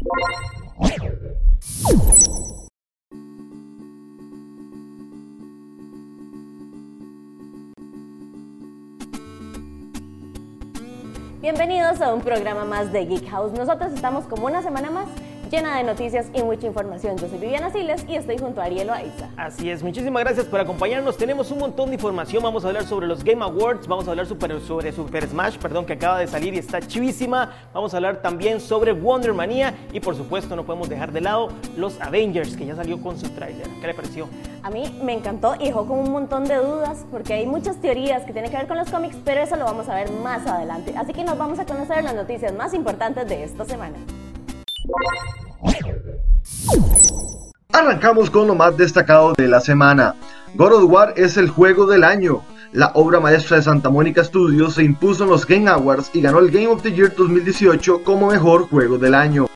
Bienvenidos a un programa más de Geek House. Nosotros estamos como una semana más llena de noticias y mucha información. Yo soy Viviana Siles y estoy junto a Ariel Oaiza. Así es, muchísimas gracias por acompañarnos. Tenemos un montón de información. Vamos a hablar sobre los Game Awards, vamos a hablar sobre Super Smash, que acaba de salir y está chivísima. Vamos a hablar también sobre Wonder Manía y por supuesto no podemos dejar de lado los Avengers, que ya salió con su tráiler. ¿Qué le pareció? A mí me encantó y dejó con un montón de dudas porque hay muchas teorías que tienen que ver con los cómics, pero eso lo vamos a ver más adelante. Así que nos vamos a conocer las noticias más importantes de esta semana. Arrancamos con lo más destacado de la semana. God of War es el juego del año. La obra maestra de Santa Mónica Studios se impuso en los Game Awards y ganó el Game of the Year 2018 como mejor juego del año.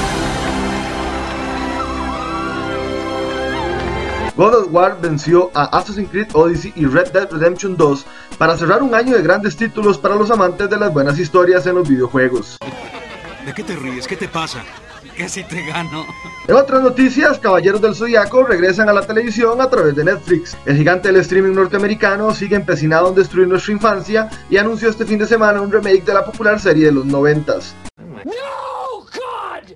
God of War venció a Assassin's Creed Odyssey y Red Dead Redemption 2 para cerrar un año de grandes títulos para los amantes de las buenas historias en los videojuegos. ¿De qué te ríes? ¿Qué te pasa? Que si te gano. En otras noticias, Caballeros del Zodiaco regresan a la televisión a través de Netflix. El gigante del streaming norteamericano sigue empecinado en destruir nuestra infancia y anunció este fin de semana un remake de la popular serie de los 90s. No, God!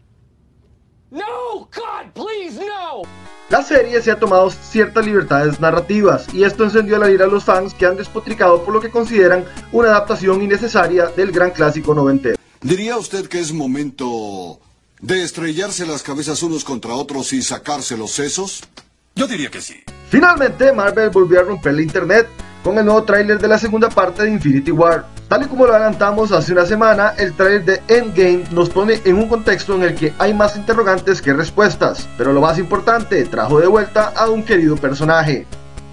No, God, please, no! La serie se ha tomado ciertas libertades narrativas y esto encendió la ira a los fans que han despotricado por lo que consideran una adaptación innecesaria del gran clásico noventero. ¿Diría usted que es momento de estrellarse las cabezas unos contra otros y sacarse los sesos? Yo diría que sí. Finalmente, Marvel volvió a romper la internet con el nuevo tráiler de la segunda parte de Infinity War. Tal y como lo adelantamos hace una semana, el tráiler de Endgame nos pone en un contexto en el que hay más interrogantes que respuestas, pero lo más importante, trajo de vuelta a un querido personaje.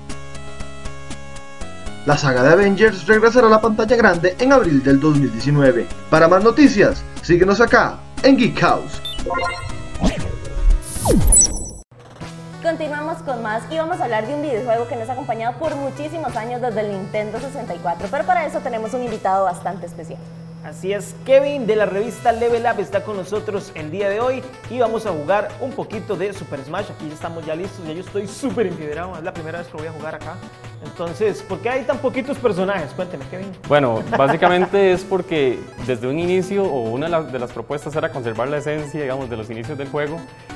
La saga de Avengers regresará a la pantalla grande en abril del 2019. Para más noticias, síguenos acá en Geek House. Continuamos con más y vamos a hablar de un videojuego que nos ha acompañado por muchísimos años desde el Nintendo 64, pero para eso tenemos un invitado bastante especial. Así es, Kevin de la revista Level Up está con nosotros el día de hoy y vamos a jugar un poquito de Super Smash. Aquí estamos ya listos, ya yo estoy súper enfiebrado, es la primera vez que lo voy a jugar acá. Entonces, ¿por qué hay tan poquitos personajes? Cuénteme, Kevin. Bueno, básicamente es porque desde un inicio, o una de las propuestas era conservar la esencia, digamos, de los inicios del juego.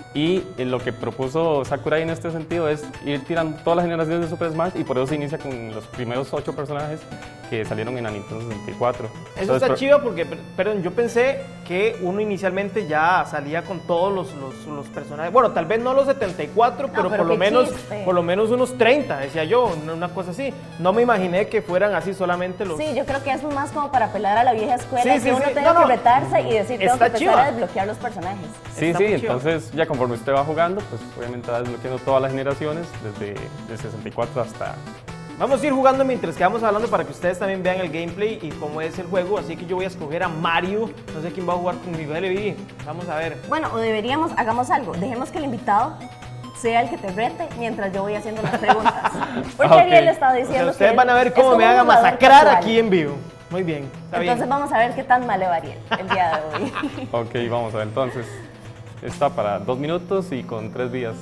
Y lo que propuso Sakurai en este sentido es ir tirando todas las generaciones de Super Smash y por eso se inicia con los primeros 8 personajes que salieron en la Nintendo 64. Eso Entonces, está chido porque, perdón, yo pensé que uno inicialmente ya salía con todos los personajes. Bueno, tal vez no los 74, pero por lo menos unos 30, decía yo, una cosa así. No me imaginé que fueran así solamente los... Sí, yo creo que es más como para apelar a la vieja escuela, Sí, que uno tenga que retarse y decir, tengo que empezar a desbloquear los personajes. Sí, Está sí, muy chido. entonces ya conforme usted va jugando, pues obviamente va desbloqueando todas las generaciones, desde el 64 hasta... Vamos a ir jugando mientras que vamos hablando para que ustedes también vean el gameplay y cómo es el juego. Así que yo voy a escoger a Mario. No sé quién va a jugar conmigo. LB. Vamos a ver. Bueno, o deberíamos, hagamos algo, dejemos que el invitado sea el que te rete mientras yo voy haciendo las preguntas. Porque Ariel estaba diciendo ustedes van a ver cómo me hagan masacrar aquí en vivo. Muy bien, está bien. Entonces vamos a ver qué tan mal le va a Ariel el día de hoy. Ok, vamos a ver, entonces, está para 2 minutos y con 3 días.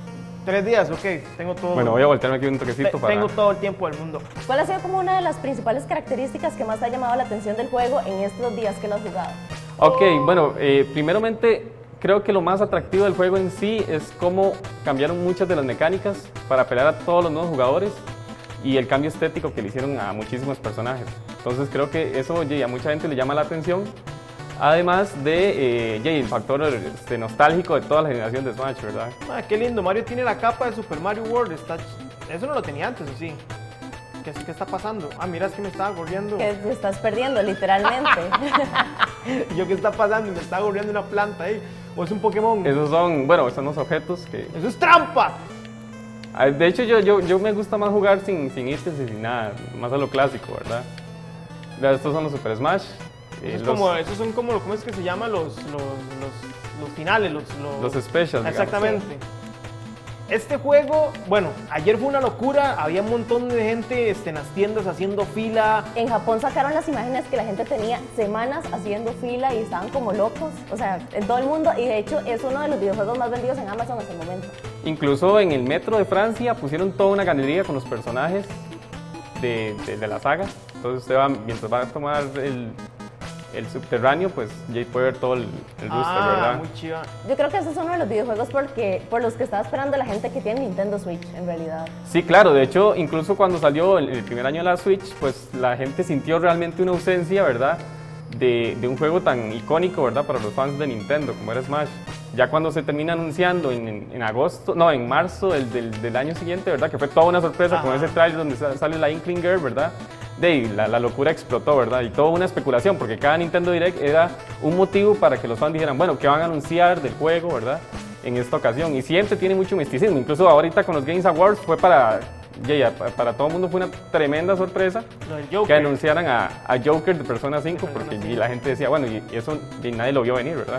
3 días, ok, tengo todo. Bueno, voy a voltearme aquí un toquecito para... Tengo todo el tiempo del mundo. ¿Cuál ha sido como una de las principales características que más te ha llamado la atención del juego en estos días que lo has jugado? Ok, bueno, primeramente creo que lo más atractivo del juego en sí es cómo cambiaron muchas de las mecánicas para apelar a todos los nuevos jugadores y el cambio estético que le hicieron a muchísimos personajes. Entonces creo que eso a mucha gente le llama la atención. Además de el factor nostálgico de toda la generación de Smash, ¿verdad? Ah, qué lindo, Mario tiene la capa de Super Mario World, eso no lo tenía antes, ¿o sí? ¿Qué está pasando? Ah, mira, es que me estaba gorreando. Que te estás perdiendo, literalmente. ¿Yo qué está pasando? Me está gorreando una planta ahí. ¿O es un Pokémon? Esos son, bueno, son los objetos que... ¡Eso es trampa! De hecho, yo me gusta más jugar sin ítems y sin nada, más a lo clásico, ¿verdad? Estos son los Super Smash. Esos son como, ¿cómo es que se llama? Los finales, los specials, exactamente. Este juego, bueno, ayer fue una locura, había un montón de gente en las tiendas haciendo fila. En Japón sacaron las imágenes que la gente tenía semanas haciendo fila y estaban como locos, o sea, en todo el mundo, y de hecho es uno de los videojuegos más vendidos en Amazon hasta el momento. Incluso en el metro de Francia pusieron toda una galería con los personajes de la saga. Entonces usted va, mientras va a tomar el subterráneo, pues ya puede ver todo el rooster, ¿verdad? Muy chiva. Yo creo que ese es uno de los videojuegos por los que estaba esperando la gente que tiene Nintendo Switch, en realidad. Sí, claro, de hecho, incluso cuando salió el primer año de la Switch, pues la gente sintió realmente una ausencia, ¿verdad? De un juego tan icónico, ¿verdad? Para los fans de Nintendo, como era Smash. Ya cuando se termina anunciando en marzo del año siguiente, ¿verdad? Que fue toda una sorpresa con ese trailer donde sale la Inkling Girl, ¿verdad? La locura explotó, ¿verdad? Y toda una especulación, porque cada Nintendo Direct era un motivo para que los fans dijeran, bueno, ¿qué van a anunciar del juego, ¿verdad? En esta ocasión. Y siempre tiene mucho misticismo. Incluso ahorita con los Games Awards fue para todo el mundo fue una tremenda sorpresa que anunciaran a Joker de Persona 5, porque la gente decía, bueno, y eso nadie lo vio venir, ¿verdad?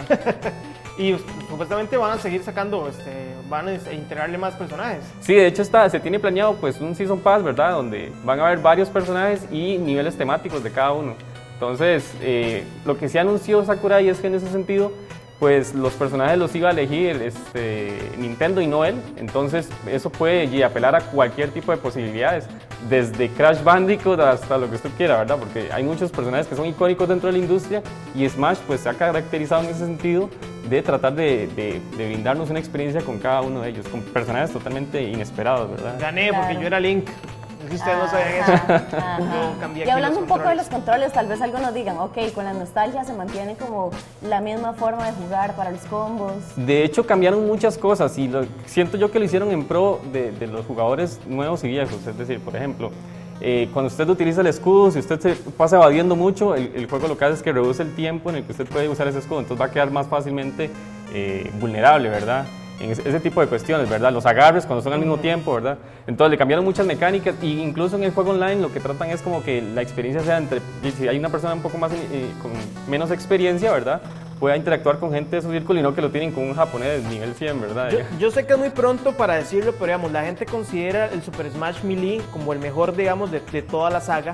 Y supuestamente van a seguir sacando, van a integrarle más personajes. Sí, de hecho se tiene planeado pues un Season Pass, ¿verdad? Donde van a haber varios personajes y niveles temáticos de cada uno. Entonces, lo que sí anunció Sakurai es que en ese sentido, pues los personajes los iba a elegir Nintendo y no él. Entonces, eso puede apelar a cualquier tipo de posibilidades, desde Crash Bandicoot hasta lo que usted quiera, ¿verdad? Porque hay muchos personajes que son icónicos dentro de la industria y Smash pues se ha caracterizado en ese sentido de tratar de brindarnos una experiencia con cada uno de ellos, con personajes totalmente inesperados, ¿verdad? Gané porque yo era Link. Es que ustedes no sabían eso. Yo cambié y aquí hablando los un poco de controles. los controles, tal vez algunos digan, ok, con la nostalgia se mantiene como la misma forma de jugar para los combos. De hecho, cambiaron muchas cosas y siento yo que lo hicieron en pro de los jugadores nuevos y viejos. Es decir, por ejemplo, cuando usted utiliza el escudo, si usted se pasa evadiendo mucho, el juego lo que hace es que reduce el tiempo en el que usted puede usar ese escudo, entonces va a quedar más fácilmente vulnerable, ¿verdad? En ese tipo de cuestiones, ¿verdad? Los agarres cuando son al mismo tiempo, ¿verdad? Entonces le cambiaron muchas mecánicas e incluso en el juego online lo que tratan es como que la experiencia sea si hay una persona un poco más con menos experiencia, ¿verdad? Pueda interactuar con gente de su círculo y no que lo tienen con un japonés de nivel 100, ¿verdad? Yo sé que es muy pronto para decirlo, pero digamos, la gente considera el Super Smash Melee como el mejor, digamos, de toda la saga.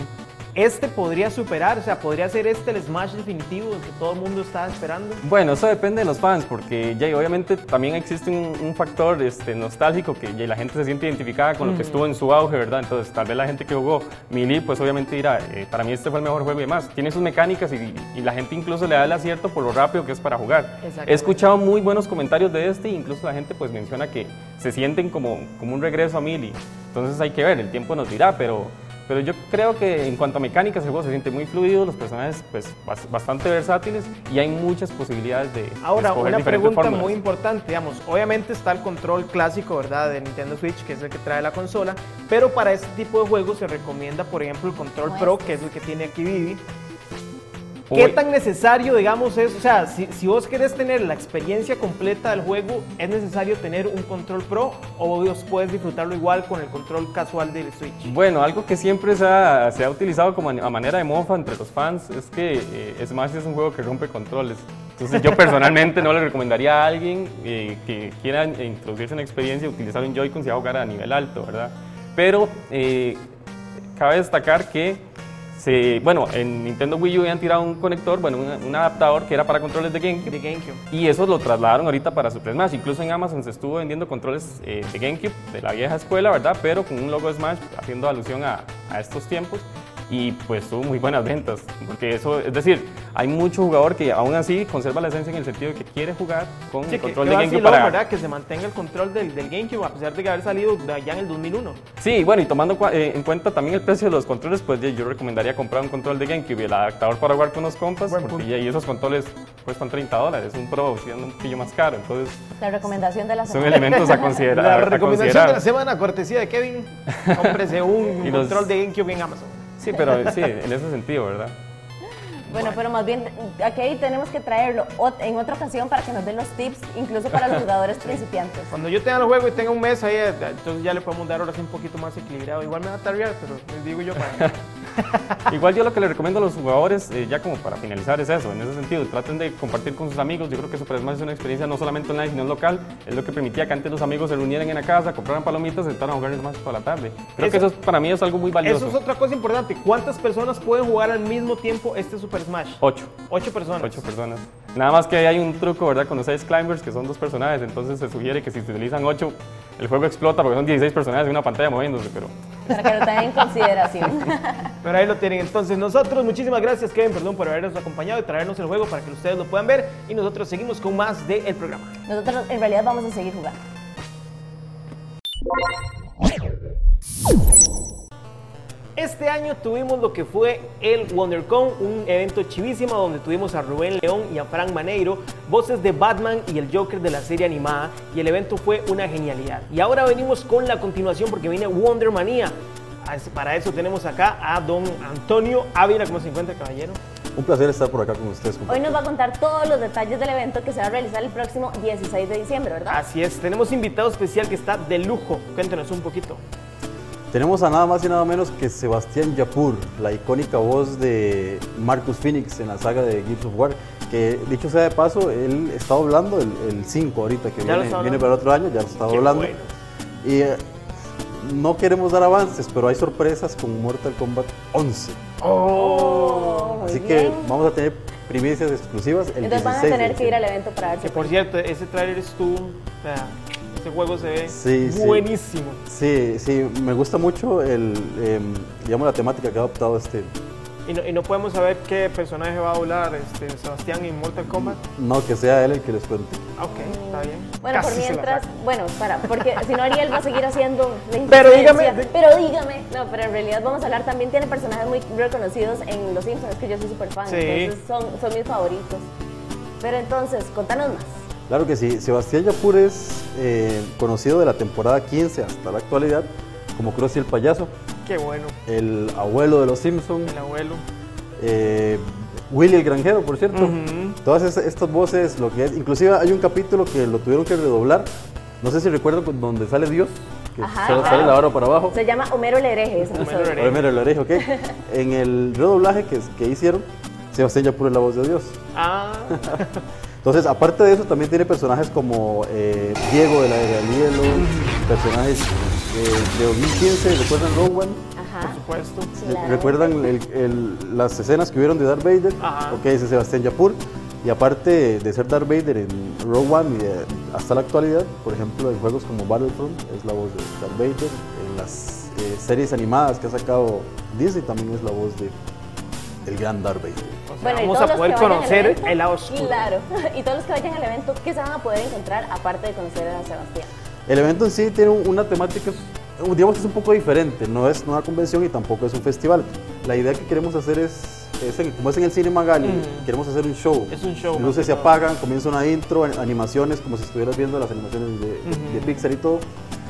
Podría superar, o sea, podría ser el Smash definitivo que todo el mundo estaba esperando. Bueno, eso depende de los fans, porque obviamente también existe un factor nostálgico que la gente se siente identificada con lo que estuvo en su auge, ¿verdad? Entonces, tal vez la gente que jugó Melee, pues obviamente dirá, para mí este fue el mejor juego y demás. Tiene sus mecánicas y la gente incluso le da el acierto por lo rápido que es para jugar. He escuchado muy buenos comentarios de e incluso la gente pues menciona que se sienten como un regreso a Melee. Entonces hay que ver, el tiempo nos dirá, pero yo creo que en cuanto a mecánicas el juego se siente muy fluido, los personajes pues bastante versátiles y hay muchas posibilidades de Ahora, escoger una diferentes pregunta fórmulas. muy importante, digamos, obviamente está el control clásico, ¿verdad? De Nintendo Switch, que es el que trae la consola, pero para este tipo de juegos se recomienda, por ejemplo, el control Pro, que es el que tiene aquí Vivi. ¿Qué tan necesario, digamos, es? O sea, si vos querés tener la experiencia completa del juego, ¿es necesario tener un control Pro o vos puedes disfrutarlo igual con el control casual del Switch? Bueno, algo que siempre se ha utilizado como a manera de mofa entre los fans es que Smash es un juego que rompe controles. Entonces yo personalmente no le recomendaría a alguien que quiera introducirse en la experiencia utilizar un Joy-Con si va a jugar a nivel alto, ¿verdad? Pero cabe destacar que en Nintendo Wii U habían tirado un conector, un adaptador que era para controles de GameCube. Y eso lo trasladaron ahorita para Super Smash. Incluso en Amazon se estuvo vendiendo controles de GameCube de la vieja escuela, ¿verdad? Pero con un logo Smash haciendo alusión a estos tiempos. Y pues tuvo muy buenas ventas, porque eso, es decir, hay mucho jugador que aún así conserva la esencia en el sentido de que quiere jugar con el control de GameCube ¿verdad? Que se mantenga el control del GameCube a pesar de que haber salido ya en el 2001. Sí, bueno, y tomando en cuenta también el precio de los controles, pues yo recomendaría comprar un control de GameCube y el adaptador para jugar con unos compas, porque esos controles cuestan $30, un Pro siendo un poquillo más caro, entonces... La recomendación de la semana. Son elementos a considerar. La recomendación de la semana, cortesía de Kevin, cómprese un control de GameCube en Amazon. Sí, pero sí, en ese sentido, ¿verdad? Bueno, pero más bien, aquí tenemos que traerlo en otra ocasión para que nos den los tips, incluso para los jugadores principiantes. Cuando yo tenga el juego y tenga un mes ahí, entonces ya le podemos dar ahora sí un poquito más equilibrado. Igual me va a tardear, pero les digo yo para... Igual yo lo que le recomiendo a los jugadores, ya como para finalizar, es eso, en ese sentido, traten de compartir con sus amigos. Yo creo que Super Smash es una experiencia no solamente online, sino local. Es lo que permitía que antes los amigos se reunieran en la casa, compraran palomitas y se sentaran a jugar Smash toda la tarde. Creo que eso para mí es algo muy valioso. Eso es otra cosa importante. ¿Cuántas personas pueden jugar al mismo tiempo este Super Smash? 8. 8 personas. 8 personas. Nada más que hay un truco, ¿verdad? Con los Ice Climbers, que son 2 personajes, entonces se sugiere que si se utilizan 8, el juego explota porque son 16 personajes en una pantalla moviéndose, pero... Para que lo tengan en consideración. Pero ahí lo tienen. Entonces nosotros, muchísimas gracias Kevin, perdón por habernos acompañado y traernos el juego para que ustedes lo puedan ver. Y nosotros seguimos con más del programa. Nosotros en realidad vamos a seguir jugando. Este año tuvimos lo que fue el WonderCon, un evento chivísimo donde tuvimos a Rubén León y a Frank Maneiro, voces de Batman y el Joker de la serie animada, y el evento fue una genialidad. Y ahora venimos con la continuación porque viene Wonder Manía. Para eso tenemos acá a don Antonio Ávila. ¿Cómo se encuentra, caballero? Un placer estar por acá con ustedes. Hoy nos va a contar todos los detalles del evento que se va a realizar el próximo 16 de diciembre, ¿verdad? Así es, tenemos invitado especial que está de lujo. Cuéntenos un poquito. Tenemos a nada más y nada menos que Sebastián Yapur, la icónica voz de Marcus Phoenix en la saga de Gears of War, que dicho sea de paso, él está doblando el 5 ahorita, que viene para el otro año, ya lo está doblando. Bueno. Y no queremos dar avances, pero hay sorpresas con Mortal Kombat 11. Así que vamos a tener primicias exclusivas el Entonces 16 van a tener que ir al evento para ver. Que por cierto, ese trailer estuvo... Este juego se ve buenísimo. Sí, me gusta mucho digamos, la temática que ha adoptado este. ¿Y no podemos saber qué personaje va a doblar Sebastián en Mortal Kombat? No, que sea él el que les cuente. Ok, está bien. Bueno, Casi por mientras, porque si no Ariel va a seguir haciendo la Pero dígame. No, pero en realidad vamos a hablar, también tiene personajes muy reconocidos en Los Simpsons, que yo soy súper fan, entonces son mis favoritos. Pero entonces, contanos más. Claro que sí, Sebastián Yapur es conocido de la temporada 15 hasta la actualidad como Krusty el payaso. Qué bueno. El abuelo de los Simpsons. El abuelo. Willy el granjero, por cierto. Todas estas voces, lo que es, inclusive hay un capítulo que lo tuvieron que redoblar. No sé si recuerdan donde sale Dios, que sale la vara para abajo. Se llama Homero el hereje ese episodio. Homero el hereje, ok. En el redoblaje que hicieron, Sebastián Yapur es la voz de Dios. Entonces, aparte de eso, también tiene personajes como Diego de la Era del Hielo, personajes de 2015, ¿recuerdan Rogue One? Ajá. Por supuesto. Sí, claro. ¿Recuerdan las escenas que hubieron de Darth Vader? Ajá. Ok, ese es Sebastián Yapur. Y aparte de ser Darth Vader en Rogue One y hasta la actualidad, por ejemplo, en juegos como Battlefront, es la voz de Darth Vader. En las series animadas que ha sacado Disney, también es la voz de el gran Darth Vader. Bueno, vamos a poder conocer el lado oscuro. Claro, y todos los que vayan al evento, ¿qué se van a poder encontrar aparte de conocer a Sebastián? El evento en sí tiene una temática, digamos que es un poco diferente, no es una convención y tampoco es un festival. La idea que queremos hacer como es en el Cine Magali, queremos hacer un show. Es un show. Luces se apagan, comienza una intro, animaciones, como si estuvieras viendo las animaciones de Pixar y todo.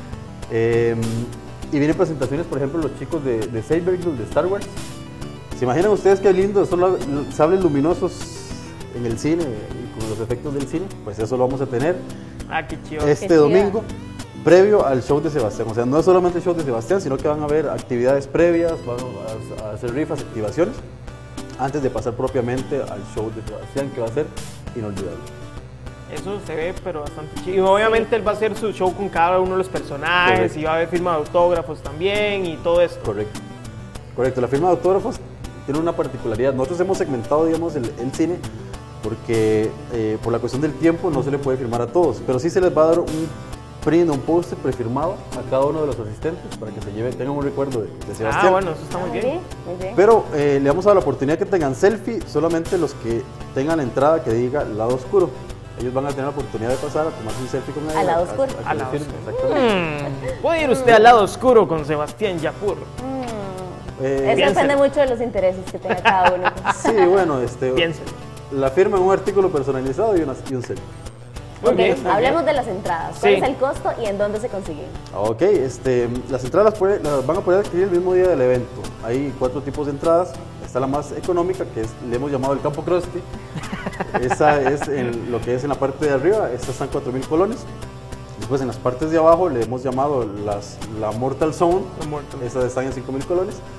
Y vienen presentaciones, por ejemplo, los chicos de Sabergirl, de Star Wars. ¿Se imaginan ustedes qué lindo son los sables luminosos en el cine y con los efectos del cine? Pues eso lo vamos a tener qué chido. este domingo, previo al show de Sebastián. O sea, no es solamente el show de Sebastián, sino que van a haber actividades previas, van a hacer rifas, activaciones, antes de pasar propiamente al show de Sebastián, que va a ser inolvidable. Eso se ve, pero bastante chido. Y obviamente él va a hacer su show con cada uno de los personajes. Correcto. Y va a haber firma de autógrafos también y todo esto. Correcto. La firma de autógrafos tiene una particularidad. Nosotros hemos segmentado, digamos, el cine porque por la cuestión del tiempo no se le puede firmar a todos, pero sí se les va a dar un print, un póster prefirmado a cada uno de los asistentes para que tengan un recuerdo de Sebastián. Bueno, eso está muy bien. Pero le vamos a dar la oportunidad que tengan selfie solamente los que tengan la entrada que diga lado oscuro. Ellos van a tener la oportunidad de pasar a tomarse un selfie con él. Al lado oscuro. Al lado oscuro. Exactamente. Puede ir usted al lado oscuro con Sebastián Yapur. Eso depende mucho de los intereses que tenga cada uno. Sí, bueno, piénselo. La firma en un artículo personalizado y un selfie. Okay, hablemos de las entradas. ¿Cuál es el costo y en dónde se consiguen? Ok, las entradas las van a poder adquirir el mismo día del evento. Hay 4 tipos de entradas. Está la más económica, que le hemos llamado el Campo Krusty. Esa es lo que es en la parte de arriba. Estas están 4,000 colones. Después en las partes de abajo le hemos llamado la Mortal Zone. Esas están en 5,000 colones.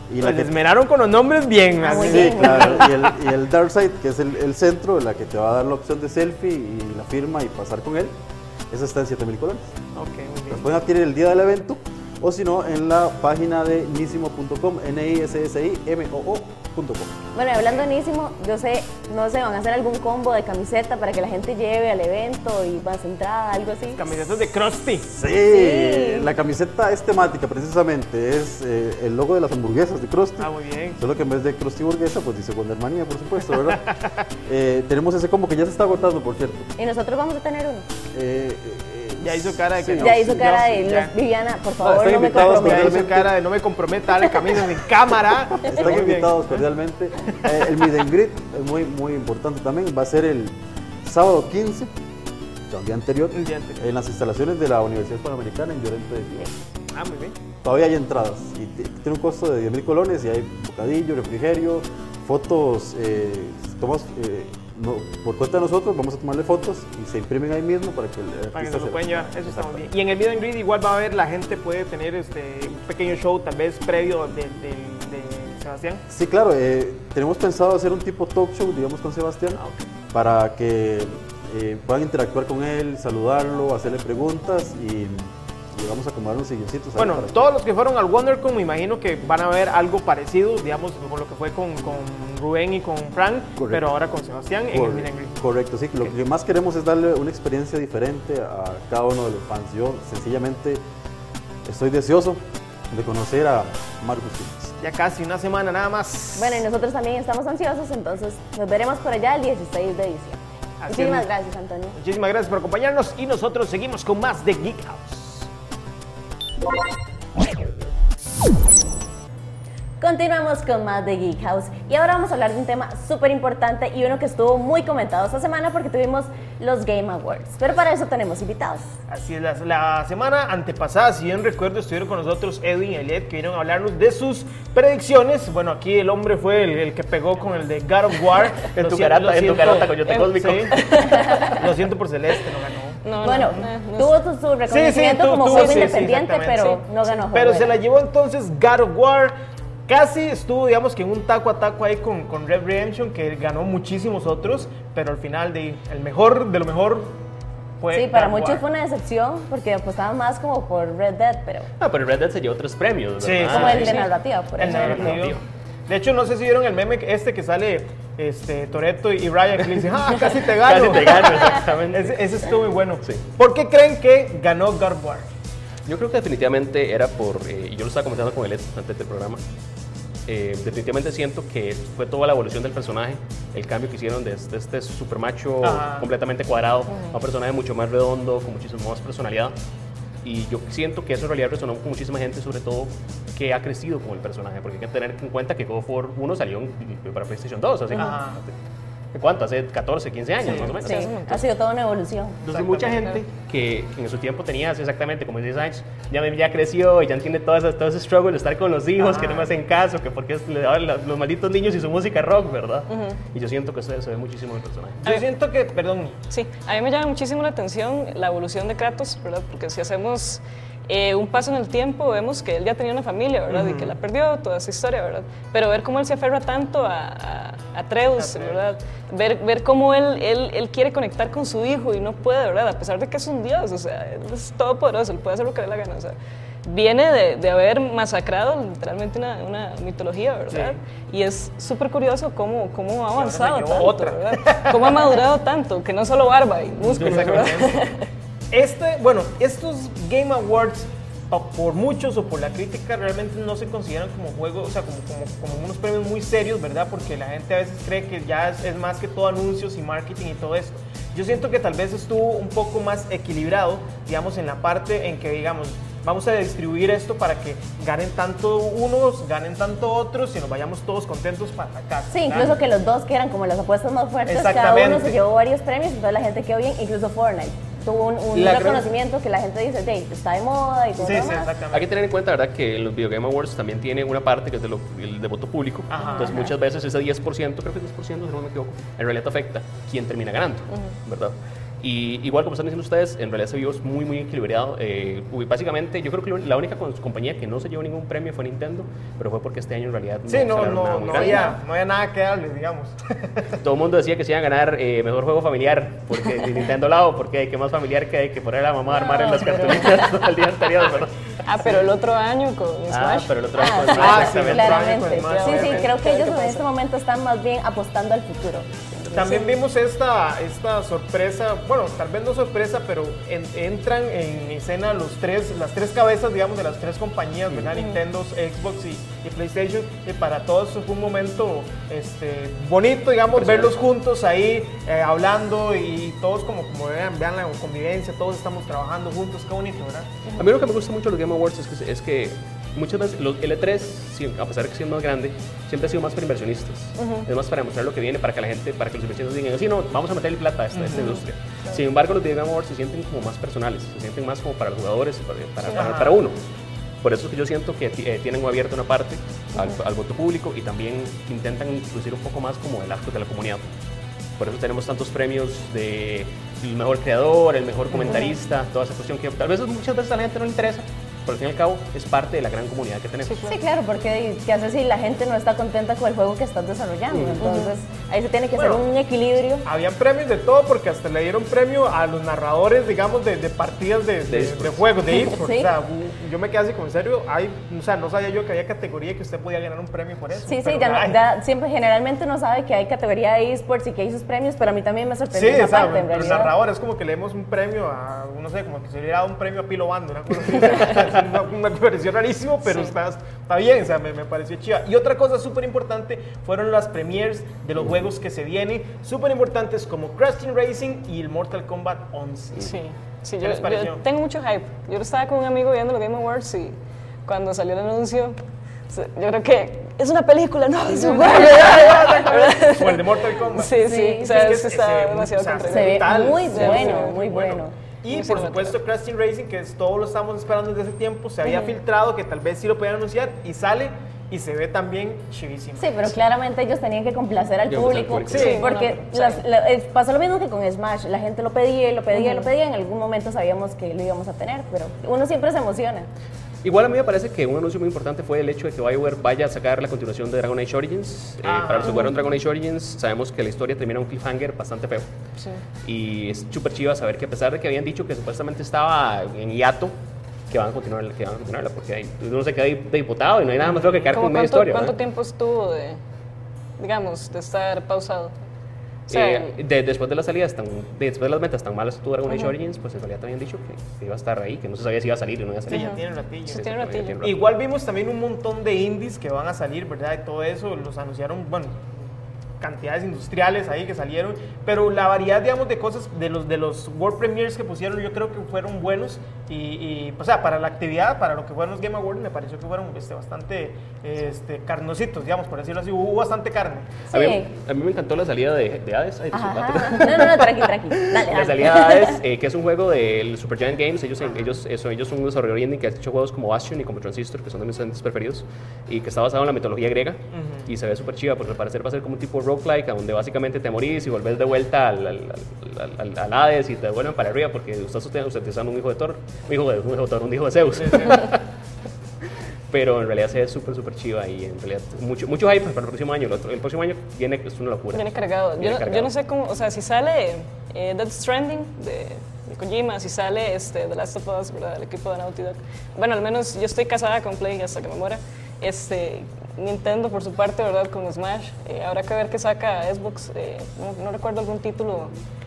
Y Pues esmeraron con los nombres bien. Ah, muy así. bien. Sí, claro. Y el Dark Side, que es el centro, la que te va a dar la opción de selfie y la firma y pasar con él, esa está en 7.000 colones. Ok, muy bien. Los pueden adquirir el día del evento o si no en la página de nisimo.com, nissimoo.com. Bueno, y hablando de Nísimo, yo sé, no sé, van a hacer algún combo de camiseta para que la gente lleve al evento y más entrada, algo así. Camisetas de Krusty. Sí, la camiseta es temática precisamente, es el logo de las hamburguesas de Krusty. Ah, muy bien. Solo que en vez de Krusty Burguesa, pues dice Wondermania, por supuesto, ¿verdad? Tenemos ese combo que ya se está agotando, por cierto. Y nosotros vamos a tener uno. Ya hizo cara de que Sí. no. Ya hizo cara de ya. Viviana, por favor, están no me invitados comprometas. Ya hizo cordialmente. cara de no me comprometa, dale camisas en cámara. Están Muy bien. invitados cordialmente. El Meet and Greet es muy, muy importante también. Va a ser el sábado 15, el día anterior, El día anterior. en las instalaciones de la Universidad Panamericana en Llorente de Río. Ah, muy bien. Todavía hay entradas y tiene un costo de 10.000 colones y hay bocadillo, refrigerio, fotos, tomas por cuenta de nosotros, vamos a tomarle fotos y se imprimen ahí mismo para que el Para que artista se lo se- pueden llevar, eso está muy bien. Exactamente. Y en el Meet and Greet igual va a haber, la gente puede tener un pequeño show tal vez previo de Sebastián. Sí, claro, tenemos pensado hacer un tipo talk show, digamos, con Sebastián, Ah, ok. para que puedan interactuar con él, saludarlo, hacerle preguntas y vamos a acomodar unos silloncitos. ahí Bueno, para que- todos los que fueron al WonderCon me imagino que van a ver algo parecido, digamos, con lo que fue con Rubén y con Frank, Correcto. pero ahora con Sebastián en el Meet and Greet. Correcto, sí. Lo que más queremos es darle una experiencia diferente a cada uno de los fans. Yo sencillamente estoy deseoso de conocer a Marcus Phoenix. Ya casi una semana nada más. Bueno, y nosotros también estamos ansiosos, entonces nos veremos por allá el 16 de diciembre. Así Muchísimas es. gracias, Antonio. Muchísimas gracias por acompañarnos y nosotros seguimos con más de Geek House. Continuamos con más de Geek House y ahora vamos a hablar de un tema súper importante y uno que estuvo muy comentado esta semana porque tuvimos los Game Awards, pero para eso tenemos invitados. Así es, la semana antepasada, si bien recuerdo, estuvieron con nosotros Edwin y Eliet, que vinieron a hablarnos de sus predicciones. Bueno, aquí el hombre fue el que pegó con el de God of War. En Lo tu siento- carata, lo en tu siento- carata, coyote cósmico. Sí. Lo siento por Celeste, no ganó. Bueno, tuvo su reconocimiento como tuvo, juego sí, independiente, exactamente, pero sí. no ganó juego. Pero se del la año. llevó entonces God of War. Casi estuvo, digamos que en un taco a taco ahí con Red Redemption, que ganó muchísimos otros, pero al final el mejor de lo mejor fue Sí, para God of muchos War. fue una decepción porque apostaban más como por Red Dead, pero Ah, pero Red Dead se llevó 3 premios, Sí, ¿verdad? como el de sí. narrativa, por El eso. narrativo. De hecho, no sé si vieron el meme que sale Toretto y Ryan, que le dicen, ¡ah, casi te gano! Casi te gano, exactamente. Ese estuvo muy bueno. Sí. ¿Por qué creen que ganó God of War? Yo creo que definitivamente era por, y yo lo estaba comentando con él antes del programa, definitivamente siento que fue toda la evolución del personaje, el cambio que hicieron de este super macho Ajá. completamente cuadrado a un personaje mucho más redondo, con muchísima más personalidad. Y yo siento que eso en realidad resonó con muchísima gente, sobre todo que ha crecido con el personaje, porque hay que tener en cuenta que God of War 1 salió para PlayStation 2, así Ajá. ¿cuánto? Hace 14, 15 años más o menos. Sí, ha sido toda una evolución. Entonces mucha gente que en su tiempo tenía así exactamente como 10 años, ya creció y ya entiende todo ese struggle de estar con los hijos, que no me hacen caso, que porque le daban los malditos niños y su música rock, ¿verdad? Y yo siento que eso se ve muchísimo en el personaje. Yo siento que, perdón, Sí, a mí me llama muchísimo la atención la evolución de Kratos, ¿verdad? Porque si hacemos un paso en el tiempo, vemos que él ya tenía una familia, ¿verdad? Y que la perdió, toda esa historia, ¿verdad? Pero ver cómo él se aferra tanto a Atreus, ¿verdad? Ver cómo él quiere conectar con su hijo y no puede, ¿verdad? A pesar de que es un dios, o sea, él es todopoderoso, él puede hacer lo que le dé la gana, o sea, viene de haber masacrado literalmente una mitología, ¿verdad? Y es súper curioso cómo ha avanzado llevó tanto, otra. ¿verdad? Cómo ha madurado tanto, que no solo barba y músculos, ¿verdad? Estos Game Awards, por muchos o por la crítica, realmente no se consideran como juegos, o sea, como unos premios muy serios, ¿verdad? Porque la gente a veces cree que ya es más que todo anuncios y marketing y todo esto. Yo siento que tal vez estuvo un poco más equilibrado, digamos, en la parte en que, digamos, vamos a distribuir esto para que ganen tanto unos, ganen tanto otros y nos vayamos todos contentos para la casa. Sí, ¿verdad? incluso que los dos que eran como las apuestas más fuertes, cada Exactamente. uno se llevó varios premios, entonces la gente quedó bien, incluso Fortnite. Tuvo un La gran- reconocimiento que la gente dice, "Hey, está de moda y todo Sí, lo sí, demás". exactamente. Hay que tener en cuenta, ¿verdad?, que los Video Game Awards también tienen una parte que es el de voto público. Ajá. Entonces, muchas veces ese 10%, creo que es 10%, si no me equivoco, en realidad afecta quién termina ganando, ¿verdad? Y igual como están diciendo ustedes, en realidad se vio muy, muy equilibrado. Básicamente, yo creo que la única compañía que no se llevó ningún premio fue Nintendo, pero fue porque este año en realidad no había nada que darles, digamos. Todo el mundo decía que se iba a ganar mejor juego familiar, porque de Nintendo lado, porque qué más familiar que hay que poner a la mamá a armar en las cartulinas el día anterior, ¿verdad? Pero el otro año con Smash. Pero el otro año con Smash, exactamente. Claramente. Sí, creo que ellos en este momento están más bien apostando al futuro. También vimos esta sorpresa, bueno, tal vez no sorpresa, pero entran en escena las tres cabezas, digamos, de las tres compañías, ¿verdad? Nintendo, Xbox y PlayStation, y para todos fue un momento bonito, digamos, verlos juntos ahí, hablando, y todos como vean la convivencia, todos estamos trabajando juntos, qué bonito, ¿verdad? A mí lo que me gusta mucho de los Game Awards es que muchas veces los L3, a pesar de que siendo más grande, siempre ha sido más para inversionistas. Es más para demostrar lo que viene, para que la gente, para que los inversionistas digan, sí, no, vamos a meterle plata a esta industria. Sin embargo, los Game Awards se sienten como más personales, se sienten más como para los jugadores, para uno. Por eso es que yo siento que tienen abierto una parte al voto público y también intentan introducir un poco más como el acto de la comunidad. Por eso tenemos tantos premios de el mejor creador, el mejor comentarista, toda esa cuestión que tal vez muchas veces a la gente no le interesa, pero al fin y al cabo es parte de la gran comunidad que tenemos. Sí, claro, porque ¿qué haces si la gente no está contenta con el juego que estás desarrollando? Entonces ahí se tiene que hacer un equilibrio. Habían premios de todo, porque hasta le dieron premio a los narradores, digamos, de partidas de juegos, de eSports. Sí. O sea, yo me quedé así como en serio, no sabía yo que había categoría que usted podía ganar un premio por eso. Sí, siempre generalmente uno sabe que hay categoría de eSports y que hay sus premios, pero a mí también me sorprendió esa parte, en realidad. Los narradores, como que le demos un premio a, no sé, como que se le hubiera dado un premio a Pilo Bando, una cosa así. Me pareció rarísimo, pero está bien, o sea, me pareció chiva. Y otra cosa súper importante fueron las premieres de los juegos que se vienen, súper importantes como Crash Team Racing y el Mortal Kombat 11. Sí, yo tengo mucho hype. Yo estaba con un amigo viendo los Game Awards y cuando salió el anuncio, yo creo que es una película, no, es un juego. Como el de Mortal Kombat. Sí, o sea, está demasiado se ve muy bueno. Y por supuesto Crash Team Racing, que todos lo estamos esperando desde ese tiempo, se había filtrado que tal vez sí lo podían anunciar y sale y se ve también chivísimo. Sí, pero claramente ellos tenían que complacer al público. Sí, porque pasó lo mismo que con Smash, la gente lo pedía, en algún momento sabíamos que lo íbamos a tener, pero uno siempre se emociona. Igual a mí me parece que un anuncio muy importante fue el hecho de que BioWare vaya a sacar la continuación de Dragon Age Origins. Para los que jugaron Dragon Age Origins, sabemos que la historia termina un cliffhanger bastante feo. Sí. Y es súper chiva saber que a pesar de que habían dicho que supuestamente estaba en hiato, que van a continuarla, porque uno se queda diputado y no hay nada más feo que quedar con media historia. ¿Cuánto tiempo estuvo de estar pausado? O sea, después de la salida, después de las metas tan malas que tuvo Dragon Age Origins, pues en realidad también dicho que iba a estar ahí, que no se sabía si iba a salir o no iba a salir. Sí, ya tiene ratillo. Sí, tiene ratillo. Igual vimos también un montón de indies que van a salir, ¿verdad? Y todo eso los anunciaron, cantidades industriales ahí que salieron, pero la variedad, digamos, de cosas de los World Premiers que pusieron, yo creo que fueron buenos y o sea, para la actividad, para lo que fueron los Game Awards, me pareció que fueron bastante carnositos, digamos, por decirlo así, hubo bastante carne. Sí. A mí me encantó la salida de Hades. No, tranqui. Dale. La salida de Hades, que es un juego del Supergiant Games, ellos son un desarrollador indie que ha hecho juegos como Bastion y como Transistor, que son de mis clientes preferidos, y que está basado en la mitología griega, y se ve súper chiva, porque al parecer va a ser como un tipo roguelike, donde básicamente te morís y volvés de vuelta al Hades y te devuelven para arriba porque usted está un hijo de Thor, un hijo de Zeus. Sí. Pero en realidad se ve súper chiva y en realidad mucho hype para el próximo año. El próximo año viene, es una locura. Viene cargado. Yo no sé cómo, o sea, si sale Death Stranding de Kojima, si sale The Last of Us, ¿verdad? El equipo de Naughty Dog. Bueno, al menos yo estoy casada con Play hasta que me muera. Nintendo por su parte, ¿verdad? Con Smash. Habrá que ver qué saca Xbox. No recuerdo algún título.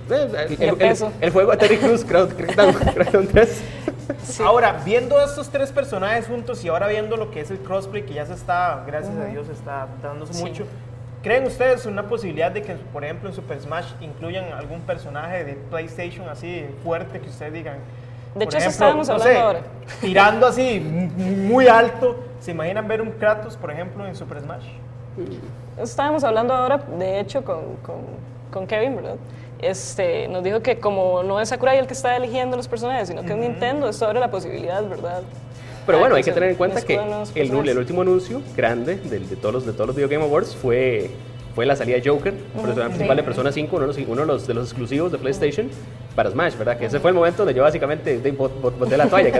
El juego de Terry Crews, creo que Crackdown 3. Sí. Ahora, viendo a estos tres personajes juntos y ahora viendo lo que es el crossplay, que ya se está, gracias a Dios, está dándose mucho. ¿Creen ustedes una posibilidad de que, por ejemplo, en Super Smash incluyan algún personaje de PlayStation así fuerte que ustedes digan? De hecho, eso estábamos hablando ahora. Tirando así muy alto. ¿Se imaginan ver un Kratos, por ejemplo, en Super Smash? Estábamos hablando ahora, de hecho, con Kevin, ¿verdad? Nos dijo que como no es Sakurai el que está eligiendo los personajes, sino que es Nintendo, esto abre la posibilidad, ¿verdad? Pero bueno, hay que tener en cuenta que el último anuncio grande de todos los Video Game Awards fue la salida de Joker, el personaje principal de Persona 5, uno de los exclusivos de PlayStation, para Smash, ¿verdad? Que ese fue el momento donde yo básicamente boté la toalla,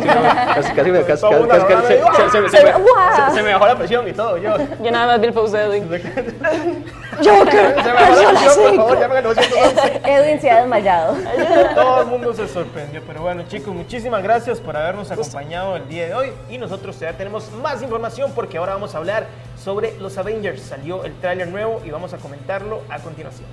se me bajó la presión y todo. Yo nada más vi el post de Edwin. Joker, se me bajó la presión, por favor, ya me ganó 211. Edwin se ha desmayado. Todo el mundo se sorprendió, pero bueno, chicos, muchísimas gracias por habernos acompañado el día de hoy y nosotros ya tenemos más información porque ahora vamos a hablar sobre los Avengers. Salió el tráiler nuevo y vamos a comentarlo a continuación.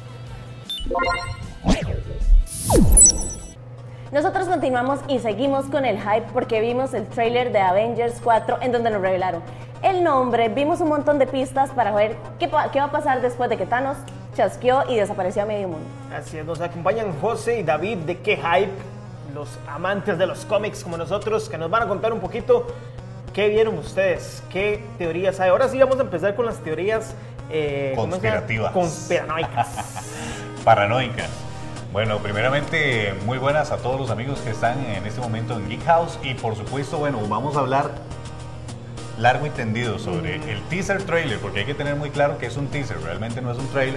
Nosotros continuamos y seguimos con el hype porque vimos el tráiler de Avengers 4 en donde nos revelaron el nombre, vimos un montón de pistas para ver qué va a pasar después de que Thanos chasqueó y desapareció a medio mundo. Así es, nos acompañan José y David de Qué Hype, los amantes de los cómics como nosotros, que nos van a contar un poquito qué vieron ustedes, qué teorías hay. Ahora sí vamos a empezar con las teorías conspirativas. Conspiranoicas. Paranoicas. Bueno, primeramente, muy buenas a todos los amigos que están en este momento en Geek House y por supuesto, bueno, vamos a hablar largo y tendido sobre el teaser trailer, porque hay que tener muy claro que es un teaser, realmente no es un trailer,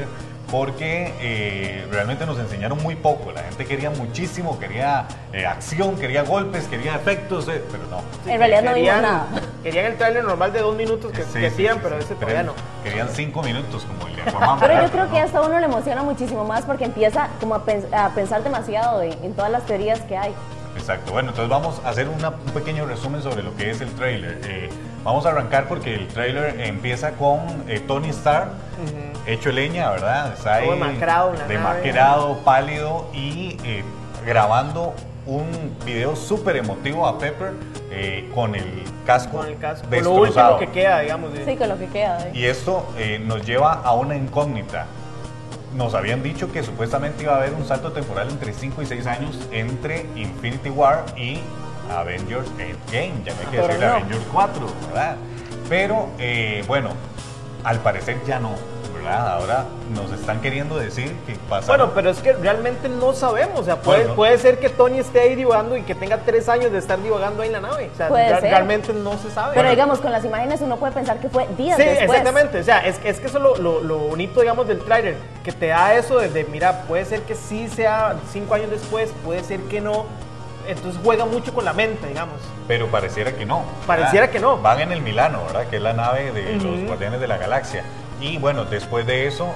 porque realmente nos enseñaron muy poco. La gente quería muchísimo, quería acción, quería golpes, quería efectos, pero no. Sí, en realidad no vimos nada. Querían el trailer normal de 2 minutos que decían, pero ese todavía no. Querían 5 minutos como el de Aquaman. Pero yo creo que hasta uno le emociona muchísimo más porque empieza como a pensar demasiado en todas las teorías que hay. Exacto, bueno, entonces vamos a hacer un pequeño resumen sobre lo que es el tráiler. Vamos a arrancar porque el tráiler empieza con Tony Stark, hecho leña, ¿verdad? Está ahí demacrado, pálido y grabando un video súper emotivo a Pepper con el casco destrozado. Con lo último que queda, digamos. Sí, con lo que queda. Y esto nos lleva a una incógnita. Nos habían dicho que supuestamente iba a haber un salto temporal entre 5 y 6 años entre Infinity War y Avengers Endgame, ya no hay que decir Avengers 4, ¿verdad? Pero bueno, al parecer ya no, ¿verdad? Ahora nos están queriendo decir que pasa. Bueno, pero es que realmente no sabemos, o sea, puede ser que Tony esté ahí divagando y que tenga 3 años de estar divagando ahí en la nave, o sea, realmente no se sabe. Pero digamos, con las imágenes uno puede pensar que fue días después. Sí, exactamente, o sea, es que eso es lo bonito, digamos, del tráiler, que te da eso de, mira, puede ser que sí sea 5 años después, puede ser que no. Entonces juega mucho con la mente, digamos. Pero pareciera que no. Pareciera que no. Van en el Milano, ¿verdad? Que es la nave de los Guardianes de la Galaxia. Y bueno, después de eso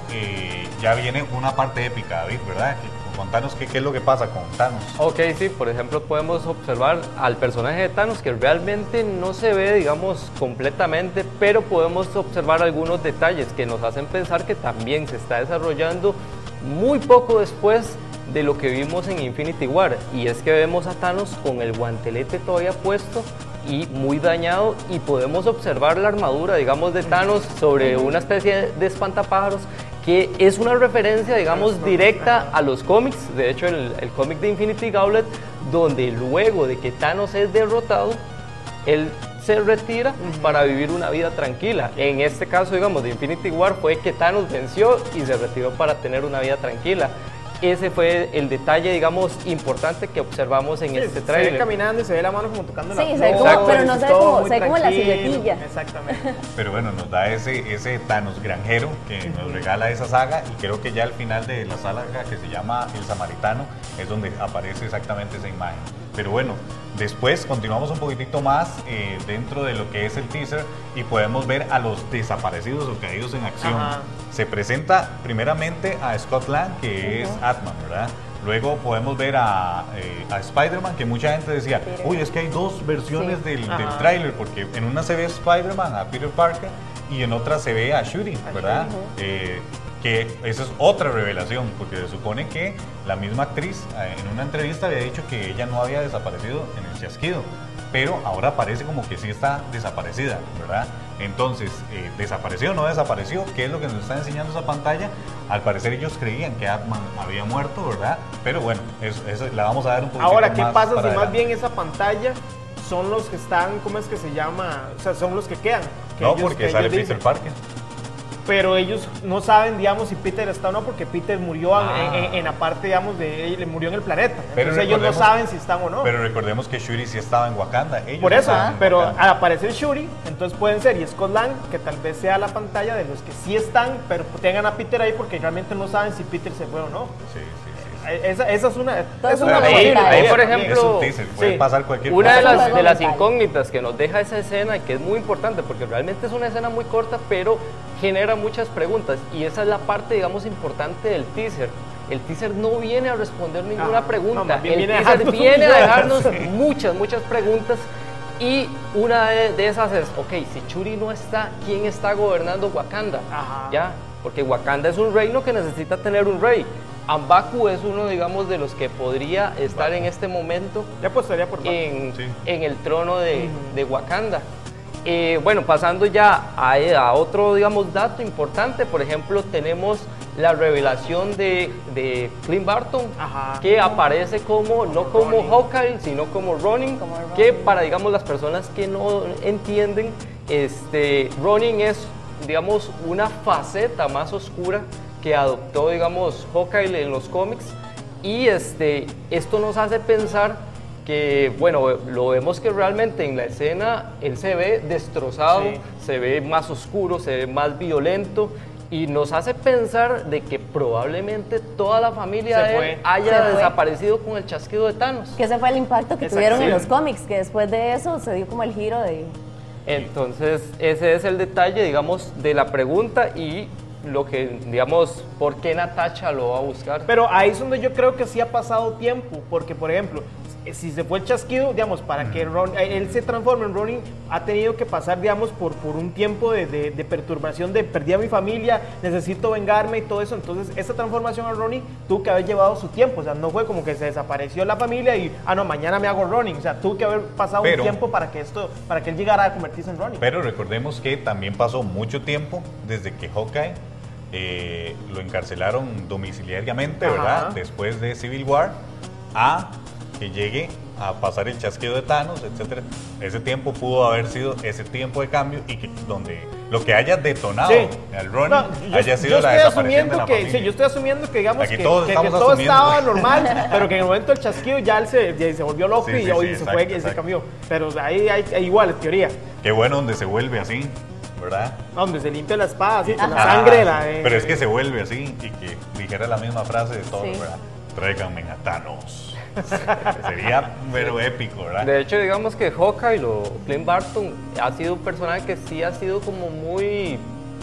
ya viene una parte épica, David, ¿verdad? Contanos qué es lo que pasa con Thanos. Ok, sí, por ejemplo podemos observar al personaje de Thanos que realmente no se ve, digamos, completamente, pero podemos observar algunos detalles que nos hacen pensar que también se está desarrollando muy poco después de lo que vimos en Infinity War, y es que vemos a Thanos con el guantelete todavía puesto y muy dañado, y podemos observar la armadura, digamos, de Thanos sobre una especie de espantapájaros que es una referencia, digamos, directa a los cómics. De hecho, el cómic de Infinity Gauntlet, donde luego de que Thanos es derrotado, él se retira para vivir una vida tranquila. En este caso, digamos, de Infinity War fue que Thanos venció y se retiró para tener una vida tranquila. Ese fue el detalle, digamos, importante que observamos en este tráiler. Se ve caminando y se ve la mano como tocando la flor. Sí, pero no se ve como la siluetilla. Exactamente. Pero bueno, nos da ese Thanos granjero que nos regala esa saga, y creo que ya al final de la saga que se llama El Samaritano es donde aparece exactamente esa imagen. Pero bueno, después continuamos un poquitito más dentro de lo que es el teaser y podemos ver a los desaparecidos o caídos en acción. Se presenta primeramente a Scott Lang, que es Ant-Man, ¿verdad? Luego podemos ver a Spider-Man, que mucha gente decía, uy, es que hay 2 versiones del tráiler, porque en una se ve Spider-Man, a Peter Parker, y en otra se ve a Shuri, ¿verdad? Que esa es otra revelación, porque se supone que la misma actriz en una entrevista había dicho que ella no había desaparecido en el chasquido, pero ahora parece como que sí está desaparecida, ¿verdad? Entonces, ¿desapareció o no desapareció? ¿Qué es lo que nos está enseñando esa pantalla? Al parecer ellos creían que Ant-Man había muerto, ¿verdad? Pero bueno, eso la vamos a dar un poquito más. Ahora, ¿qué pasa si más bien esa pantalla son los que están, ¿cómo es que se llama? O sea, son los que quedan. No, porque sale Peter Parker. Pero ellos no saben, digamos, si Peter está o no, porque Peter murió en la parte, digamos, él murió en el planeta. Entonces ellos no saben si están o no. Pero recordemos que Shuri sí estaba en Wakanda. Por eso, pero al aparecer Shuri, entonces pueden ser y Scott Lang, que tal vez sea la pantalla de los que sí están, pero tengan a Peter ahí porque realmente no saben si Peter se fue o no. Sí. esa es una... Todo es una una horrible. bonita, Ahí, por Es ejemplo, un teaser, puede pasar cualquier una de cosa. las incógnitas que nos deja esa escena y que es muy importante porque realmente es una escena muy corta, pero genera muchas preguntas y esa es la parte, digamos, importante del teaser. El teaser no viene a responder ninguna pregunta, no, más bien el viene a teaser dejarnos viene a un dejarnos millón. muchas preguntas y una de esas es, ok, si Shuri no está, ¿quién está gobernando Wakanda? ¿Ya? Porque Wakanda es un reino que necesita tener un rey. M'Baku es uno, digamos, de los que podría estar en este momento Ya apostaría por en el trono de Wakanda. Bueno, pasando ya a otro, digamos, dato importante, por ejemplo, tenemos la revelación de Clint Barton, que aparece como, no como Hawkeye, sino como Ronin, que para, digamos, las personas que no entienden, Ronin es, digamos, una faceta más oscura que adoptó, digamos, Hawkeye en los cómics, y esto nos hace pensar que, bueno, lo vemos que realmente en la escena él se ve destrozado, se ve más oscuro, se ve más violento, y nos hace pensar de que probablemente toda la familia de él haya desaparecido con el chasquido de Thanos. Que ese fue el impacto que tuvieron en los cómics, que después de eso se dio como el giro de... Entonces, ese es el detalle, digamos, de la pregunta y lo que, digamos, por qué Natasha lo va a buscar. Pero ahí es donde yo creo que sí ha pasado tiempo, porque, por ejemplo, si se fue el chasquido, digamos, para que él se transforme en Ronin, ha tenido que pasar, digamos, por un tiempo de perturbación, de perdí a mi familia, necesito vengarme y todo eso. Entonces, esa transformación a Ronin tuvo que haber llevado su tiempo. O sea, no fue como que se desapareció la familia y, no, mañana me hago Ronin. O sea, tuvo que haber pasado un tiempo para que él llegara a convertirse en Ronin. Pero recordemos que también pasó mucho tiempo desde que Hawkeye lo encarcelaron domiciliariamente, ¿verdad? Después de Civil War, a que llegue a pasar el chasquido de Thanos, etcétera. Ese tiempo pudo haber sido ese tiempo de cambio y que donde lo que haya detonado al Ronin haya sido la desaparición de la familia. Sí, yo estoy asumiendo que, digamos, Aquí que todos todo estaba normal, pero que en el momento del chasquido ya él se volvió loco y se fue y se cambió. Pero ahí hay igual, es teoría. Qué bueno donde se vuelve así, ¿verdad? Donde se limpia la espada, así, con la sangre. Pero es que se vuelve así y que dijera la misma frase de todo, ¿verdad? Tráiganme a Thanos. Sería pero épico, ¿verdad? De hecho, digamos que Hawkeye o Clint Barton ha sido un personaje que sí ha sido como muy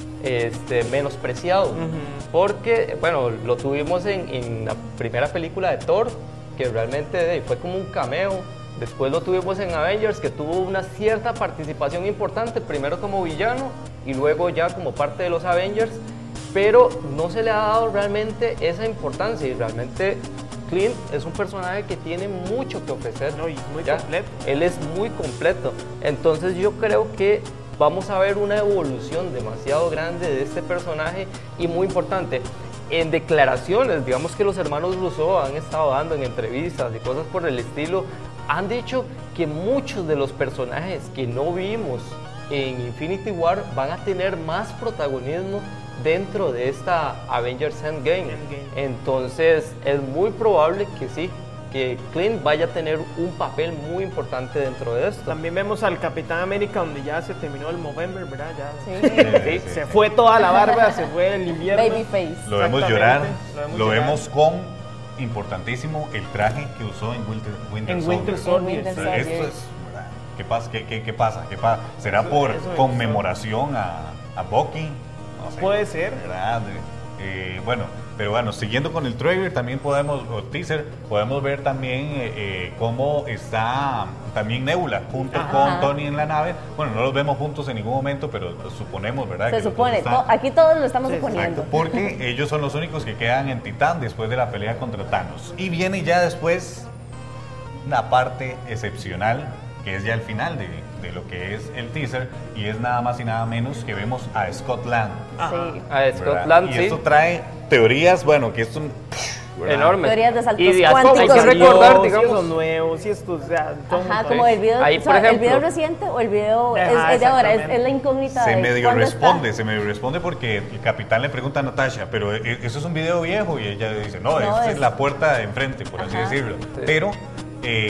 menospreciado, porque, bueno, lo tuvimos en la primera película de Thor, que realmente fue como un cameo. Después lo tuvimos en Avengers, que tuvo una cierta participación importante, primero como villano y luego ya como parte de los Avengers, pero no se le ha dado realmente esa importancia y realmente Clint es un personaje que tiene mucho que ofrecer. No, y es muy completo. Él es muy completo. Entonces yo creo que vamos a ver una evolución demasiado grande de este personaje y muy importante. En declaraciones, digamos que los hermanos Russo han estado dando en entrevistas y cosas por el estilo, han dicho que muchos de los personajes que no vimos en Infinity War van a tener más protagonismo dentro de esta Avengers Endgame. Entonces es muy probable que sí, que Clint vaya a tener un papel muy importante dentro de esto. También vemos al Capitán América donde ya se terminó el Movember, ¿verdad? Sí. Se fue toda la barba, se fue el invierno. Babyface. Lo vemos llorar, lo vemos con, importantísimo, el traje que usó en Winter Soldier. Esto es, ¿verdad? ¿Qué pasa? ¿Qué pasa? ¿Será por conmemoración a Bucky? No sé, puede ser. ¿Verdad? Bueno, pero bueno, siguiendo con el trailer, también o teaser, podemos ver también cómo está también Nebula junto con Tony en la nave. Bueno, no los vemos juntos en ningún momento, pero suponemos, ¿verdad? Se supone, aquí todos lo estamos suponiendo. Exacto, porque ellos son los únicos que quedan en Titán después de la pelea contra Thanos. Y viene ya después una parte excepcional, que es ya el final de lo que es el teaser, y es nada más y nada menos que vemos a Scott Lang. Sí. A Scott Lang, y esto trae teorías, bueno, que es un... enorme. Teorías de saltos y cuánticos. Hay que recordar, digamos... Si esos nuevos, si estos... como el video, ahí, por ejemplo, el video reciente o el video es de ahora, es la incógnita se de medio responde porque el capitán le pregunta a Natasha, pero eso es un video viejo, y ella dice, no, es la puerta de enfrente, por así decirlo. Sí. Pero...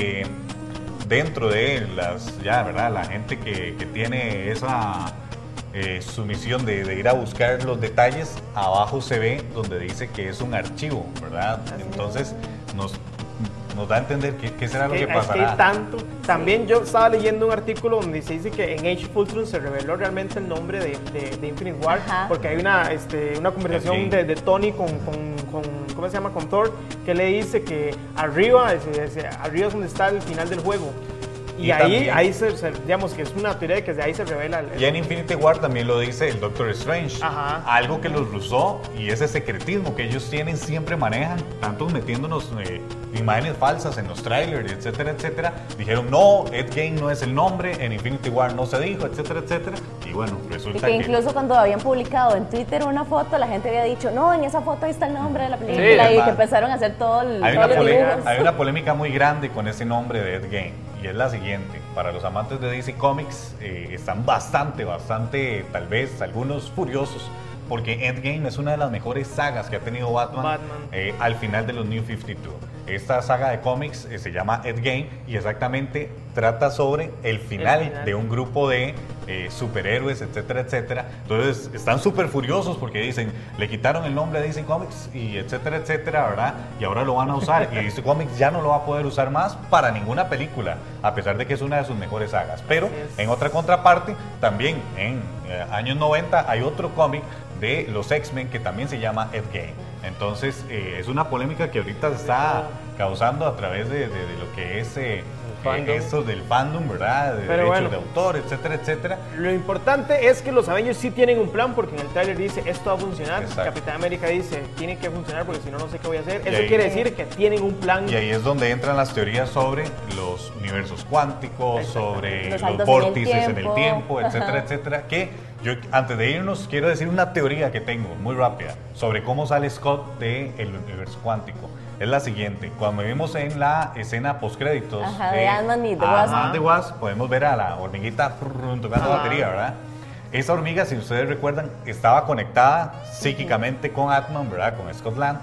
dentro de ¿verdad? La gente que tiene su misión de ir a buscar los detalles, abajo se ve donde dice que es un archivo, ¿verdad? Entonces nos da a entender qué será lo que pasará. Es que tanto. También yo estaba leyendo un artículo donde se dice que en Age of Ultron se reveló realmente el nombre de Infinite War, porque hay una conversación de Tony con ¿cómo se llama? Con Thor, que le dice que arriba es donde está el final del juego. Y ahí digamos que es una teoría de que de ahí se revela y en Infinity War también lo dice el Doctor Strange. Algo que los Russo y ese secretismo que ellos tienen siempre manejan, tanto metiéndonos imágenes falsas en los trailers, etcétera, etcétera. Dijeron, no, Ed Gein no es el nombre, en Infinity War no se dijo, etcétera, etcétera. Y bueno, resulta que incluso cuando habían publicado en Twitter una foto, la gente había dicho, no, en esa foto ahí está el nombre de la película, y que empezaron a hacer todo el... Hay una polémica muy grande con ese nombre de Ed Gein. Y es la siguiente, para los amantes de DC Comics están bastante, tal vez algunos furiosos, porque Endgame es una de las mejores sagas que ha tenido Batman. Al final de los New 52. Esta saga de cómics se llama Endgame y exactamente trata sobre el final de un grupo de superhéroes, etcétera, etcétera. Entonces están súper furiosos porque dicen, le quitaron el nombre de DC Comics y etcétera, etcétera, ¿verdad? Y ahora lo van a usar y DC Comics ya no lo va a poder usar más para ninguna película, a pesar de que es una de sus mejores sagas. Pero en otra contraparte, también en años 90 hay otro cómic de los X-Men que también se llama Endgame. Entonces es una polémica que ahorita se está causando a través de lo que es esto del fandom, ¿verdad? De derechos de autor, etcétera, etcétera. Lo importante es que los Avengers sí tienen un plan, porque en el trailer dice esto va a funcionar. Capitán América dice tiene que funcionar porque si no, no sé qué voy a hacer. Eso quiere decir que tienen un plan. Y ahí es donde entran las teorías sobre los universos cuánticos, sobre los vórtices en el tiempo, etcétera, etcétera. Que yo, antes de irnos, quiero decir una teoría que tengo muy rápida sobre cómo sale Scott del universo cuántico. Es la siguiente: cuando vimos en la escena postcréditos de Ant-Man y The Wasp, podemos ver a la hormiguita tocando batería, ¿verdad? Esa hormiga, si ustedes recuerdan, estaba conectada psíquicamente con Ant-Man, ¿verdad? Con Scott Lang,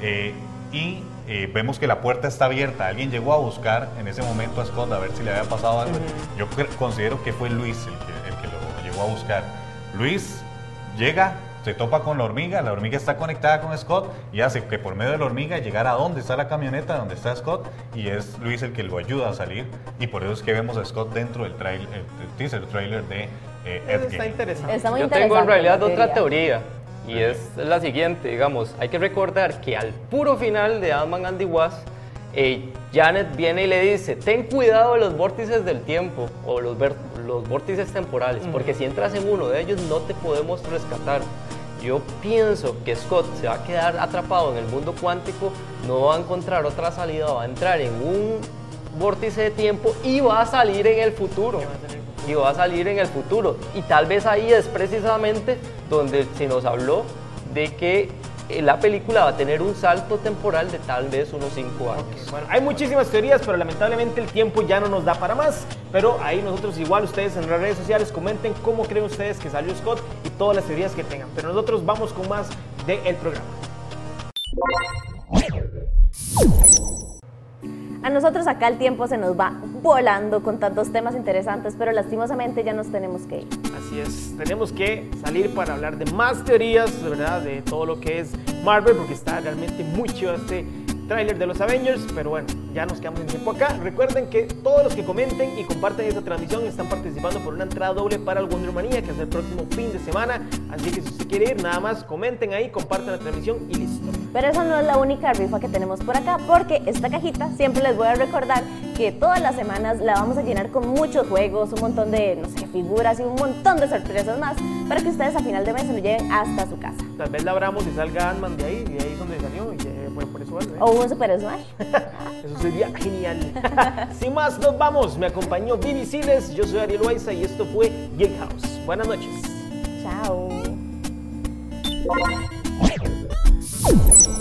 y vemos que la puerta está abierta. Alguien llegó a buscar en ese momento a Scott a ver si le había pasado algo. Yo considero que fue Luis el que lo llegó a buscar. Luis llega, se topa con la hormiga está conectada con Scott y hace que por medio de la hormiga llegara a donde está la camioneta, donde está Scott, y es Luis el que lo ayuda a salir, y por eso es que vemos a Scott dentro del teaser trailer de Endgame. Está interesante. Está muy Yo tengo en realidad otra teoría, y es la siguiente, digamos, hay que recordar que al puro final de Ant-Man and the Wasp, Janet viene y le dice, ten cuidado de los vórtices del tiempo o los vórtices temporales, porque si entras en uno de ellos no te podemos rescatar. Yo pienso que Scott se va a quedar atrapado en el mundo cuántico, no va a encontrar otra salida, va a entrar en un vórtice de tiempo y va a salir en el futuro. Y tal vez ahí es precisamente donde se nos habló de que la película va a tener un salto temporal de tal vez unos 5 años. Bueno, hay muchísimas teorías, pero lamentablemente el tiempo ya no nos da para más. Pero ahí nosotros igual, ustedes en las redes sociales comenten cómo creen ustedes que salió Scott y todas las teorías que tengan. Pero nosotros vamos con más del programa. A nosotros acá el tiempo se nos va volando con tantos temas interesantes, pero lastimosamente ya nos tenemos que ir. Así es, tenemos que salir para hablar de más teorías, ¿verdad? De todo lo que es Marvel, porque está realmente muy chido este tráiler de los Avengers, pero bueno, ya nos quedamos sin tiempo acá. Recuerden que todos los que comenten y comparten esta transmisión están participando por una entrada doble para el Wonder Manía, que es el próximo fin de semana, así que si usted quiere ir, nada más comenten ahí, compartan la transmisión y listo. Pero esa no es la única rifa que tenemos por acá, porque esta cajita siempre les voy a recordar que todas las semanas la vamos a llenar con muchos juegos, un montón de, no sé, figuras y un montón de sorpresas más, para que ustedes a final de mes se lo lleven hasta su casa. Tal vez la abramos y salga Ant-Man de ahí es donde salió, y bueno, por eso vuelve. O un Super Smash. Eso sería genial. Sin más, nos vamos. Me acompañó Vivi Siles, yo soy Ariel Loaiza y esto fue Geek House. Buenas noches. Chao.